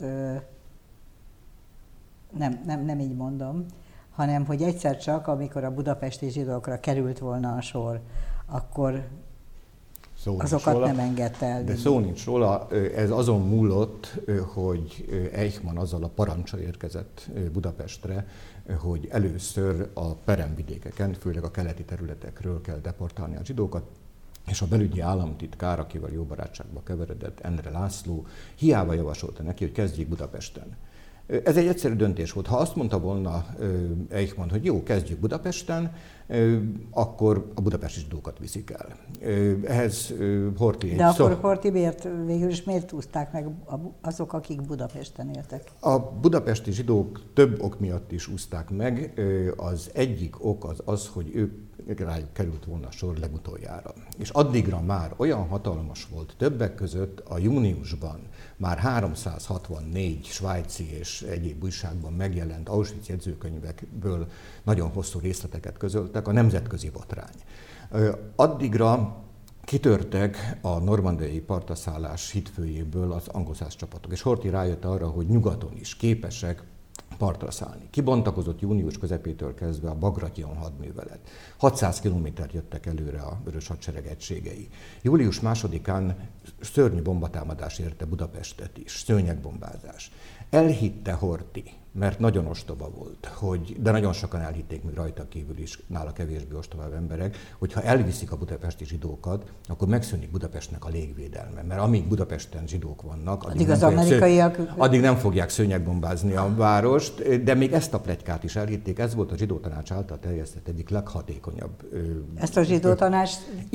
nem így mondom, hanem hogy egyszer csak, amikor a budapesti zsidókra került volna a sor, akkor azokat róla, nem engedte el. De szó nincs róla, ez azon múlott, hogy Eichmann azzal a parancsal érkezett Budapestre, hogy először a peremvidékeken, főleg a keleti területekről kell deportálni a zsidókat, és a belügyi államtitkár, akivel jó barátságba keveredett, Endre László, hiába javasolta neki, hogy kezdjék Budapesten. Ez egy egyszerű döntés volt. Ha azt mondta volna Eichmann, hogy jó, kezdjük Budapesten, akkor a budapesti zsidókat viszik el. Ehhez Horthy... De akkor Horthy végül is miért úszták meg azok, akik Budapesten éltek? A budapesti zsidók több ok miatt is úszták meg. Az egyik ok az, hogy ők rájuk került volna sor legutoljára. És addigra már olyan hatalmas volt, többek között a júniusban már 364 svájci és egyéb újságban megjelent Auschwitz jegyzőkönyvekből nagyon hosszú részleteket közöltek, a nemzetközi botrány. Addigra kitörtek a normandiai partraszállás hitfőjéből az angolszász csapatok, és Horthy rájött arra, hogy nyugaton is képesek partra szállni. Kibontakozott június közepétől kezdve a Bagration hadművelet. 600 kilométert jöttek előre a Vörös Hadsereg egységei. Július 2-án szörnyű bombatámadás érte Budapestet is, szőnyegbombázás. Elhitte Horthy, mert nagyon ostoba volt, de nagyon sokan elhitték még rajta kívül is, nála kevésbé ostobább emberek, hogy ha elviszik a budapesti zsidókat, akkor megszűnik Budapestnek a légvédelme. Mert amíg Budapesten zsidók vannak, addig nem fogják szőnyegbombázni a várost, de még ezt a pletykát is elhitték, ez volt a zsidó tanács által terjesztett egyik leghatékonyabb. Ezt a zsidó tanács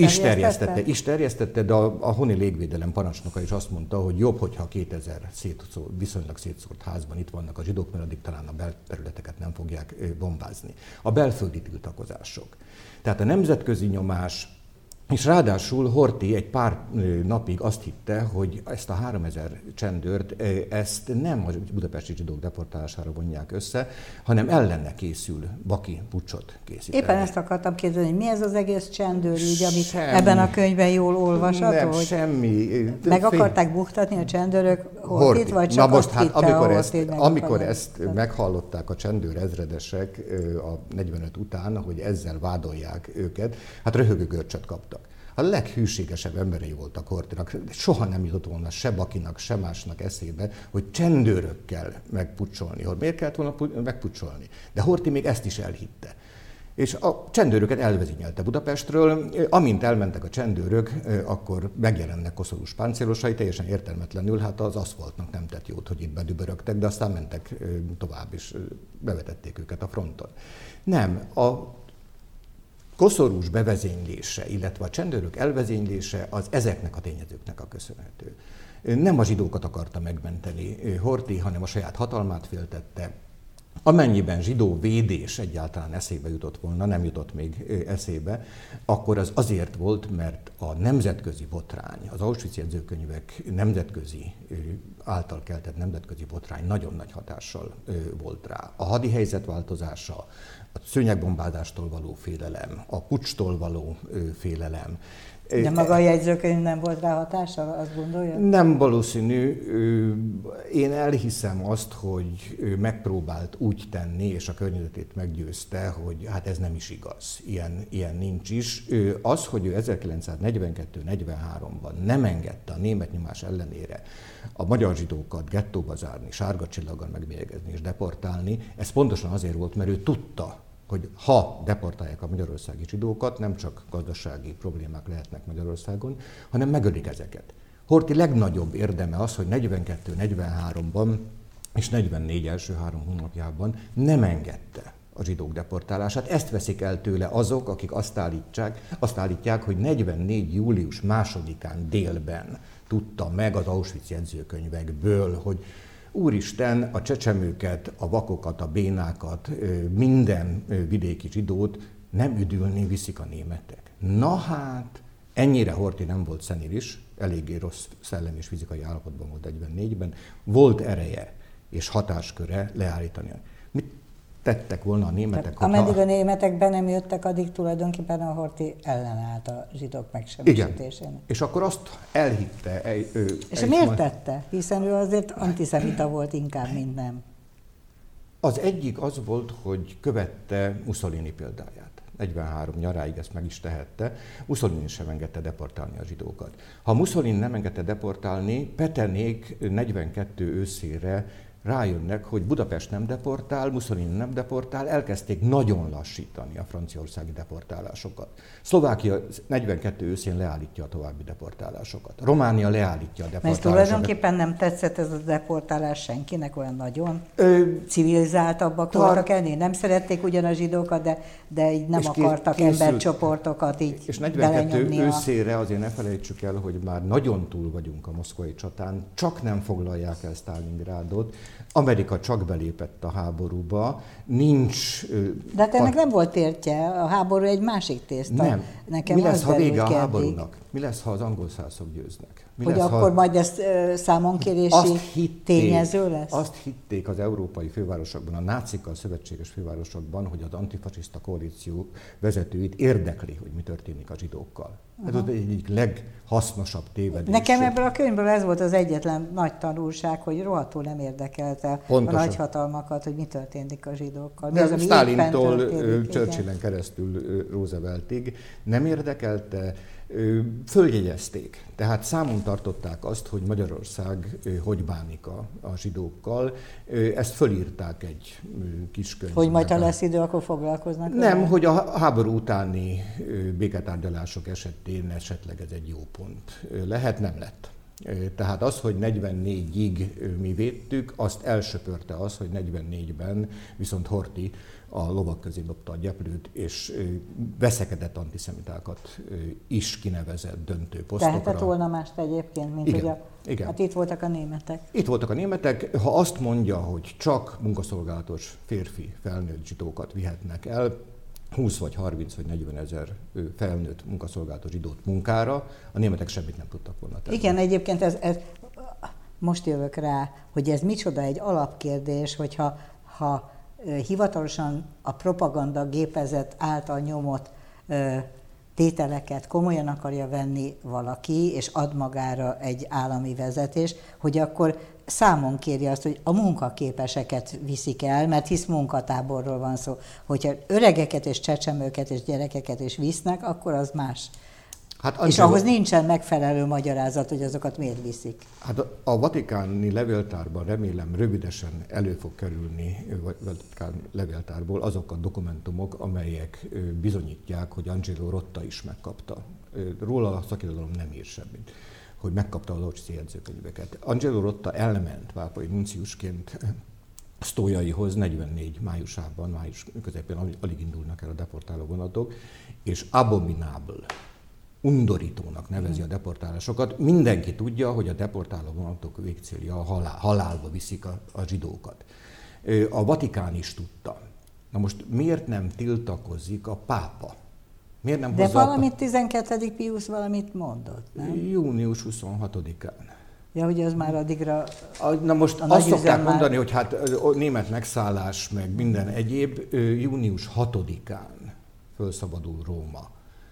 is terjesztette, de a honi légvédelem parancsnoka is azt mondta, hogy jobb, hogyha 2000 viszonylag szétszórt házban itt vannak a zsidók, mert addig talán a belterületeket nem fogják bombázni. A belföldi tiltakozások. Tehát a nemzetközi nyomás, és ráadásul Horthy egy pár napig azt hitte, hogy ezt a 3000 csendőrt, ezt nem a budapesti zsidók deportálására vonják össze, hanem ellene készül Baki puccsot készíteni. Éppen ezt akartam kérdezni, hogy mi ez az egész csendőrügy, amit ebben a könyvben jól olvasható? Nem, semmi. Meg akarták buktatni a csendőrök Horthyt, vagy csak na most azt hitte, amikor ezt meghallották a csendőr ezredesek a 45 után, hogy ezzel vádolják őket, hát röhögő görcsöt kaptak. A leghűségesebb emberei voltak Horthynak. Soha nem jutott volna se Bakinak, se másnak eszébe, hogy csendőrökkel megpucsolni. Miért kellett volna megpucsolni? De Horthy még ezt is elhitte. És a csendőröket elvezényelte Budapestről. Amint elmentek a csendőrök, akkor megjelennek koszorús páncélosai, teljesen értelmetlenül, hát az aszfaltnak nem tett jót, hogy itt bedübörögtek, de aztán mentek tovább, és bevetették őket a fronton. Nem, a koszorús bevezénylése, illetve a csendőrök elvezénylése az ezeknek a tényezőknek a köszönhető. Nem a zsidókat akarta megmenteni Horthy, hanem a saját hatalmát féltette. Amennyiben zsidó védés egyáltalán eszébe jutott volna, nem jutott még eszébe, akkor az azért volt, mert a nemzetközi botrány, az Auschwitz jegyzőkönyvek nemzetközi által keltett nemzetközi botrány nagyon nagy hatással volt rá. A hadi helyzet változása, a szőnyegbombázástól való félelem, a pucstól való félelem. De maga a jegyzőkönyv nem volt rá hatással, azt gondolja? Nem valószínű. Én elhiszem azt, hogy ő megpróbált úgy tenni, és a környezetét meggyőzte, hogy hát ez nem is igaz, ilyen nincs is. Az, hogy ő 1942-43-ban nem engedte a német nyomás ellenére a magyar zsidókat gettóba zárni, sárga csillaggal megbélyegezni és deportálni, ez pontosan azért volt, mert ő tudta, hogy ha deportálják a magyarországi zsidókat, nem csak gazdasági problémák lehetnek Magyarországon, hanem megölik ezeket. Horthy legnagyobb érdeme az, hogy 42-43-ban és 44 első 3 hónapjában nem engedte a zsidók deportálását. Ezt veszik el tőle azok, akik azt állítják, hogy 44. július 2-án délben tudta meg az Auschwitz jegyzőkönyvekből, hogy Úristen, a csecsemőket, a vakokat, a bénákat, minden vidéki zsidót nem üdülni viszik a németek. Na hát, ennyire Horthy nem volt szenilis, eléggé rossz szellemi és fizikai állapotban volt 44-ben, volt ereje és hatásköre leállítani. Mit tettek volna a németek? Ameddig a németek be nem jöttek, addig tulajdonképpen a Horthy ellenállt a zsidók megsemmisítésének. Igen. És akkor azt elhitte. És miért tette? Hiszen ő azért antiszemita volt inkább, mint nem. Az egyik az volt, hogy követte Mussolini példáját. 43 nyaráig ezt meg is tehette. Mussolini sem engedte deportálni a zsidókat. Ha Mussolini nem engedte deportálni, Petternék 42 őszére rájönnek, hogy Budapest nem deportál, Mussolini nem deportál, elkezdték nagyon lassítani a franciaországi deportálásokat. Szlovákia 42 őszén leállítja a további deportálásokat. Románia leállítja a deportálásokat. Mert tulajdonképpen nem tetszett ez a deportálás senkinek, olyan nagyon civilizáltabbak voltak ennél. Nem szerették ugyan a zsidókat, de így nem akartak embercsoportokat így és 42 őszére azért ne felejtsük el, hogy már nagyon túl vagyunk a moszkvai csatán, csak nem foglalják el Sztálingrádot. Amerika csak belépett a háborúba, nincs... De hát ennek nem volt értje, a háború egy másik tészta. Nem. Nekem mi lesz, ha vége a háborúnak? Mi lesz, ha az angol szászok győznek? Hogy akkor majd ez számonkérési tényező lesz? Azt hitték az európai fővárosokban, a nácikkal szövetséges fővárosokban, hogy az antifasiszta koalíció vezetőit érdekli, hogy mi történik a zsidókkal. Ez az egyik leghasznosabb tévedés. Nekem ebből a könyvből ez volt az egyetlen nagy tanulság, hogy rohadtul nem érdekelte pontosan a nagyhatalmakat, hogy mi történik a zsidókkal. De Sztálintól Churchillen keresztül Rooseveltig nem érdekelte, följegyezték. Tehát számon tartották azt, hogy Magyarország hogy bánik a zsidókkal. Ezt fölírták egy kis könyvben. Hogy majd, ha lesz idő, akkor foglalkoznak? Nem, hogy a háború utáni béketárgyalások esetén esetleg ez egy jó pont lehet, nem lett. Tehát az, hogy 44-ig mi védtük, azt elsöpörte az, hogy 44-ben viszont Horthy a lovak közé dobta a gyeplőt, és veszekedett antiszemitákat is kinevezett döntő posztokra. Tehát volna mást egyébként, mint igen, hogy igen. Hát itt voltak a németek. Itt voltak a németek. Ha azt mondja, hogy csak munkaszolgálatos férfi felnőtt zsidókat vihetnek el, 20 vagy 30 vagy 40 ezer felnőtt munkaszolgálatos zsidót munkára, a németek semmit nem tudtak volna tenni. Igen, egyébként ez most jövök rá, hogy ez micsoda egy alapkérdés, hogyha hivatalosan a propaganda gépezet által nyomott tételeket komolyan akarja venni valaki, és ad magára egy állami vezetés, hogy akkor számon kéri azt, hogy a munkaképeseket viszik el, mert hisz munkatáborról van szó. Hogyha öregeket és csecsemőket és gyerekeket is visznek, akkor az más. Hát és ahhoz nincsen megfelelő magyarázat, hogy azokat miért viszik. Hát a vatikáni levéltárban remélem rövidesen elő fog kerülni vatikáni levéltárból azok a dokumentumok, amelyek bizonyítják, hogy Angelo Rotta is megkapta. Róla a szakirodalom nem ír semmit, hogy megkapta az Auschwitz jegyzőkönyveket. Angelo Rotta elment pápai nunciusként Sztójaihoz 44 májusában, május közepén alig indulnak el a deportáló vonatok, és abominable, undorítónak nevezi a deportálásokat. Mindenki tudja, hogy a deportáló vonatok végcélja a halálba viszik a zsidókat. A Vatikán is tudta. Na most miért nem tiltakozik a pápa? Miért nem de valamit 12. Piusz valamit mondott, nem? Június 26-án. Ja, hogy az már addigra... Na most azt szokták mondani, hogy hát német megszállás, meg minden egyéb, június 6-án felszabadul Róma.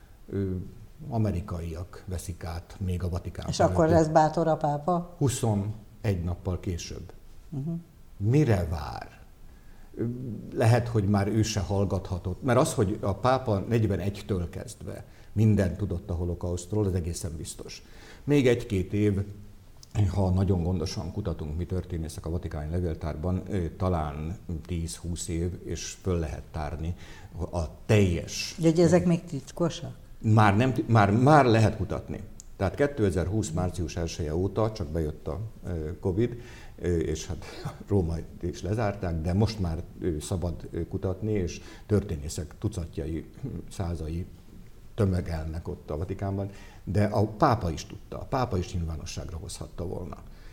Amerikaiak veszik át még a Vatikán. És akkor lesz bátor a pápa? 21 nappal később. Mire vár? Lehet, hogy már ő se hallgathatott. Mert az, hogy a pápa 41-től kezdve mindent tudott a holokausztról, az egészen biztos. Még 1-2 év, ha nagyon gondosan kutatunk, mi történészek a vatikáni levéltárban, talán 10-20 év, és föl lehet tárni a teljes... Ugye ezek még titkosak? Már lehet kutatni. Tehát 2020. március 1-e óta csak bejött a Covid, és hát Rómát is lezárták, de most már szabad kutatni, és történészek tucatjai, százai tömegelnek ott a Vatikánban, de a pápa is tudta, a pápa is nyilvánosságra hozhatta volna.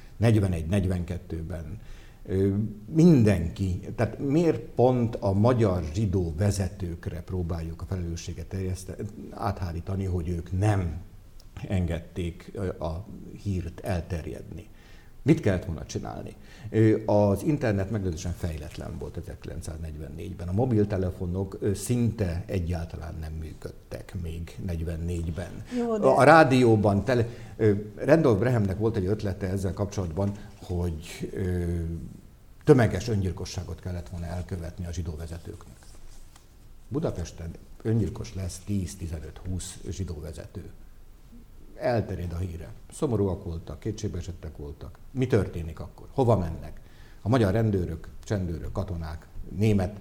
41-42-ben mindenki, tehát miért pont a magyar zsidó vezetőkre próbáljuk a felelősséget áthárítani, hogy ők nem engedték a hírt elterjedni. Mit kellett volna csinálni? Az internet meglehetősen fejletlen volt 1944-ben. A mobiltelefonok szinte egyáltalán nem működtek még 44-ben. A rádióban, Randolph Grahamnek volt egy ötlete ezzel kapcsolatban, hogy tömeges öngyilkosságot kellett volna elkövetni a zsidó vezetőknek. Budapesten öngyilkos lesz 10-15-20 zsidó vezető. Elterjed a híre. Szomorúak voltak, kétségbeesettek voltak. Mi történik akkor? Hova mennek? A magyar rendőrök, csendőrök, katonák, német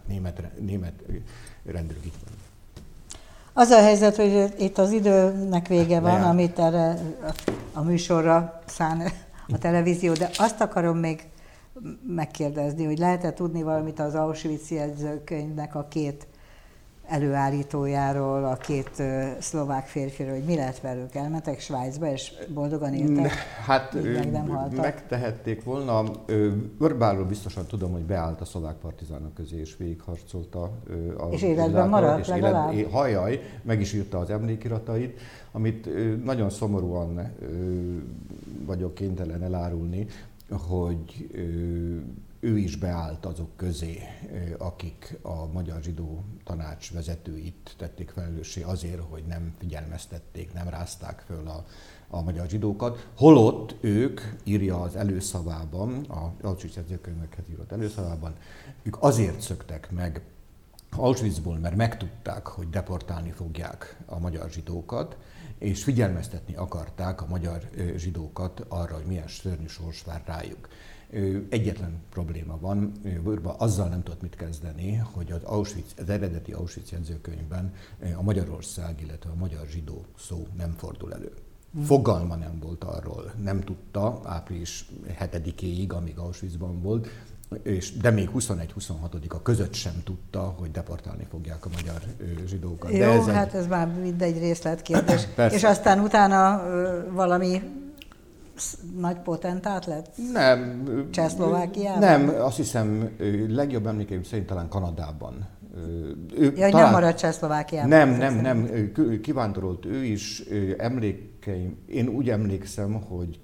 rendőrök itt vannak. Az a helyzet, hogy itt az időnek vége van, amit erre a műsorra szán a televízió, de azt akarom még megkérdezni, hogy lehet-e tudni valamit az Auschwitz jegyzőkönyvnek a 2 előállítójáról, a 2 szlovák férfiről, hogy mi lett velük? Elmentek Svájcba, és boldogan éltek? Hát megtehették volna. Orbánról biztosan tudom, hogy beállt a szlovák partizánok közé, és végigharcolta. És életben maradt legalább? Hajjaj, meg is írta az emlékiratait, amit nagyon szomorúan vagyok kénytelen elárulni, hogy ő is beállt azok közé, akik a Magyar Zsidó Tanács vezetőit tették felelőssé azért, hogy nem figyelmeztették, nem rázták föl a magyar zsidókat. Holott ők, írja az előszavában, az Auschwitz jegyzőkönyvekhez írott előszavában, ők azért szöktek meg Auschwitzból, mert megtudták, hogy deportálni fogják a magyar zsidókat, és figyelmeztetni akarták a magyar zsidókat arra, hogy milyen szörnyű sors vár rájuk. Egyetlen probléma van, azzal nem tudott mit kezdeni, hogy az eredeti Auschwitz jegyzőkönyvben a Magyarország, illetve a magyar zsidó szó nem fordul elő. Fogalma nem volt arról, nem tudta április 7-éig, amíg Auschwitzban volt, de még 21-26-a között sem tudta, hogy deportálni fogják a magyar zsidókat. Jó, de hát ez már mindegy részletkérdés. És aztán utána valami nagy potentát lett? Nem. Csehszlovákiában? Nem, azt hiszem, legjobb emlékeim szerint talán Kanadában. Nem maradt Csehszlovákiában? Nem. Kivándorolt ő is. Én úgy emlékszem, hogy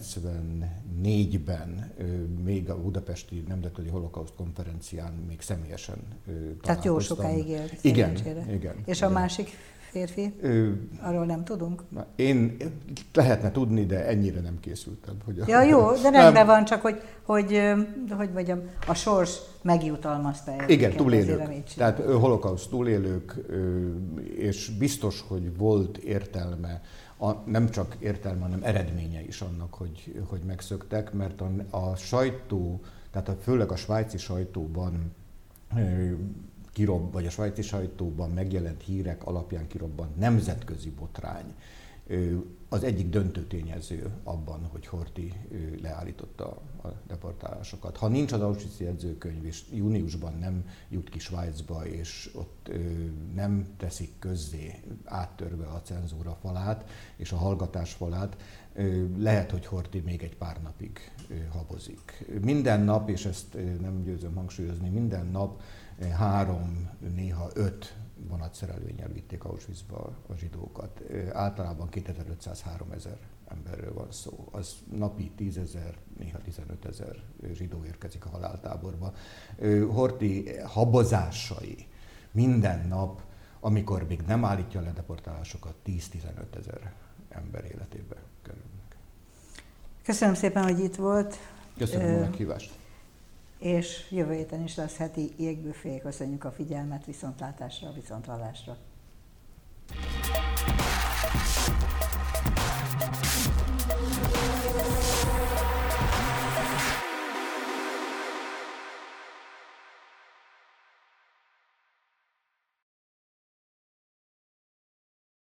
94-ben még a budapesti Nemzetközi Holokauszt konferencián még személyesen találkoztam. Tehát jó sokáig élt. Igen. És a másik férfi? Arról nem tudunk? Én lehetne tudni, de ennyire nem készültem. Hogy ja, jó, de rendben van, csak hogy mondjam, a sors megjutalmazta el. Igen, túlélők. Tehát holokauszt túlélők, és biztos, hogy volt értelme, nem csak értelme, hanem eredménye is annak, hogy megszöktek, mert a sajtó, tehát főleg a svájci sajtóban vagy a svájci sajtóban megjelent hírek alapján kirobbant nemzetközi botrány az egyik döntő tényező abban, hogy Horthy leállította a deportálásokat. Ha nincs az Auschwitz-i jegyzőkönyv, és júniusban nem jut ki Svájcba, és ott nem teszik közzé áttörve a cenzúra falát és a hallgatás falát, lehet, hogy Horthy még egy pár napig habozik. Minden nap, és ezt nem győzöm hangsúlyozni, minden nap 3, néha 5 vonatszerelvényel vitték Auschwitzba a zsidókat. Általában 2500-3000 emberről van szó. Az napi 10 000, néha 15 000 zsidó érkezik a haláltáborba. Horthy habozásai minden nap, amikor még nem állítja le deportálásokat, 10-15 000 ember életébe kerülnek. Köszönöm szépen, hogy itt volt. Köszönöm a meghívást. És jövő héten is lesz heti jégbüfé. Köszönjük a figyelmet, viszontlátásra, viszonthallásra.